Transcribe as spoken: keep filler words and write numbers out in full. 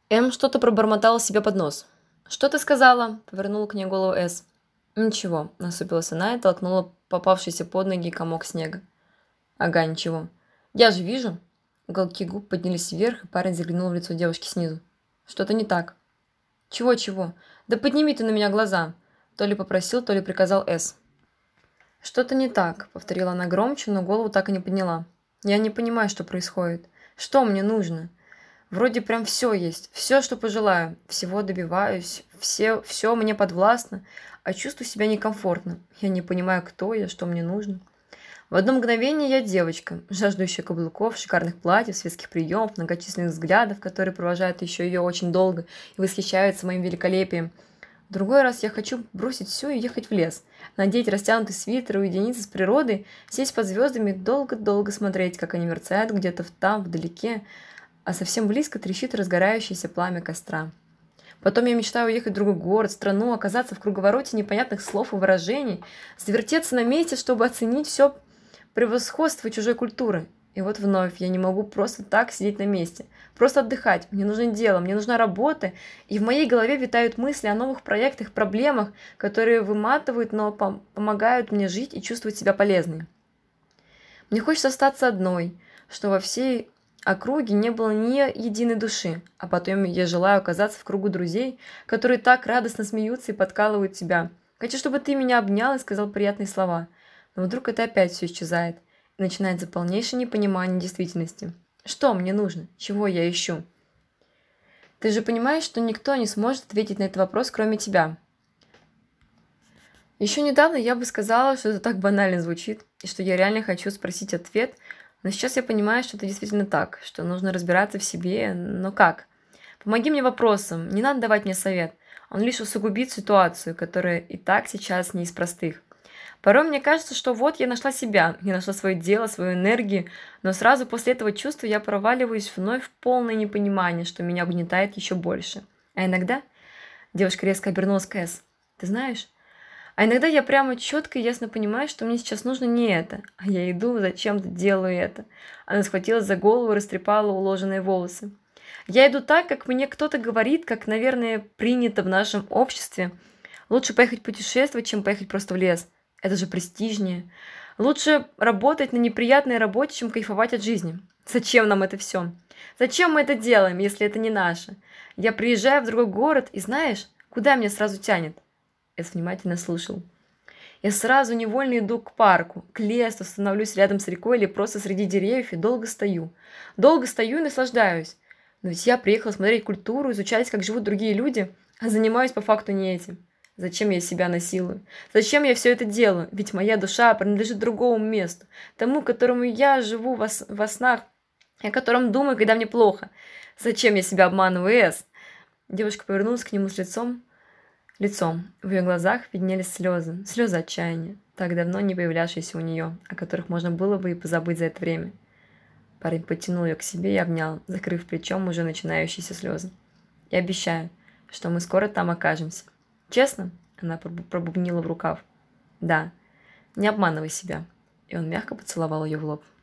Эм что-то пробормотала себе под нос. «Что ты сказала?» — повернула к ней голову Эс. «Ничего», — насупилась она и толкнула попавшийся под ноги комок снега. «Ага, ничего. Я же вижу». Уголки губ поднялись вверх, и парень заглянул в лицо девушки снизу. «Что-то не так». «Чего-чего? Да подними ты на меня глаза!» То ли попросил, то ли приказал Эс. «Что-то не так», — повторила она громче, но голову так и не подняла. «Я не понимаю, что происходит. Что мне нужно? Вроде прям все есть, все, что пожелаю. Всего добиваюсь, все, все мне подвластно, а чувствую себя некомфортно. Я не понимаю, кто я, что мне нужно. В одно мгновение я девочка, жаждущая каблуков, шикарных платьев, светских приемов, многочисленных взглядов, которые провожают еще ее очень долго и восхищаются моим великолепием. В другой раз я хочу бросить все и ехать в лес, надеть растянутый свитер, уединиться с природой, сесть под звездами и долго-долго смотреть, как они мерцают где-то там, вдалеке, а совсем близко трещит разгорающееся пламя костра. Потом я мечтаю уехать в другой город, страну, оказаться в круговороте непонятных слов и выражений, завертеться на месте, чтобы оценить все превосходство чужой культуры. И вот вновь я не могу просто так сидеть на месте, просто отдыхать. Мне нужно дело, мне нужна работа, и в моей голове витают мысли о новых проектах, проблемах, которые выматывают, но пом- помогают мне жить и чувствовать себя полезной. Мне хочется остаться одной, что во всей округе не было ни единой души, а потом я желаю оказаться в кругу друзей, которые так радостно смеются и подкалывают тебя. Хочу, чтобы ты меня обнял и сказал приятные слова. Но вдруг это опять все исчезает, и начинается полнейшее непонимание действительности. Что мне нужно? Чего я ищу? Ты же понимаешь, что никто не сможет ответить на этот вопрос, кроме тебя. Еще недавно я бы сказала, что это так банально звучит, и что я реально хочу спросить ответ, но сейчас я понимаю, что это действительно так, что нужно разбираться в себе, но как? Помоги мне вопросом, не надо давать мне совет, он лишь усугубит ситуацию, которая и так сейчас не из простых. Порой мне кажется, что вот я нашла себя, я нашла свое дело, свою энергию, но сразу после этого чувства я проваливаюсь вновь в полное непонимание, что меня угнетает еще больше. А иногда девушка резко обернулась к Эс. Ты знаешь, а иногда я прямо четко и ясно понимаю, что мне сейчас нужно не это, а я иду, зачем-то делаю это. Она схватилась за голову и растрепала уложенные волосы. Я иду так, как мне кто-то говорит, как, наверное, принято в нашем обществе. Лучше поехать путешествовать, чем поехать просто в лес. Это же престижнее. Лучше работать на неприятной работе, чем кайфовать от жизни. Зачем нам это все? Зачем мы это делаем, если это не наше? Я приезжаю в другой город, и знаешь, куда меня сразу тянет? Эс внимательно слушал. Я сразу невольно иду к парку, к лесу, становлюсь рядом с рекой или просто среди деревьев и долго стою. Долго стою и наслаждаюсь. Но ведь я приехала смотреть культуру, изучать, как живут другие люди, а занимаюсь по факту не этим. Зачем я себя насилую? Зачем я все это делаю? Ведь моя душа принадлежит другому месту, тому, которому я живу во, с- во снах, о котором думаю, когда мне плохо. Зачем я себя обманываю, Эс? Девушка повернулась к нему с лицом, лицом. В ее глазах виднелись слезы, слезы отчаяния, так давно не появлявшиеся у нее, о которых можно было бы и позабыть за это время. Парень подтянул ее к себе и обнял, закрыв плечом уже начинающиеся слезы. «Я обещаю, что мы скоро там окажемся. Честно?» — она пробу- пробубнила в рукав. «Да, не обманывай себя». И он мягко поцеловал ее в лоб.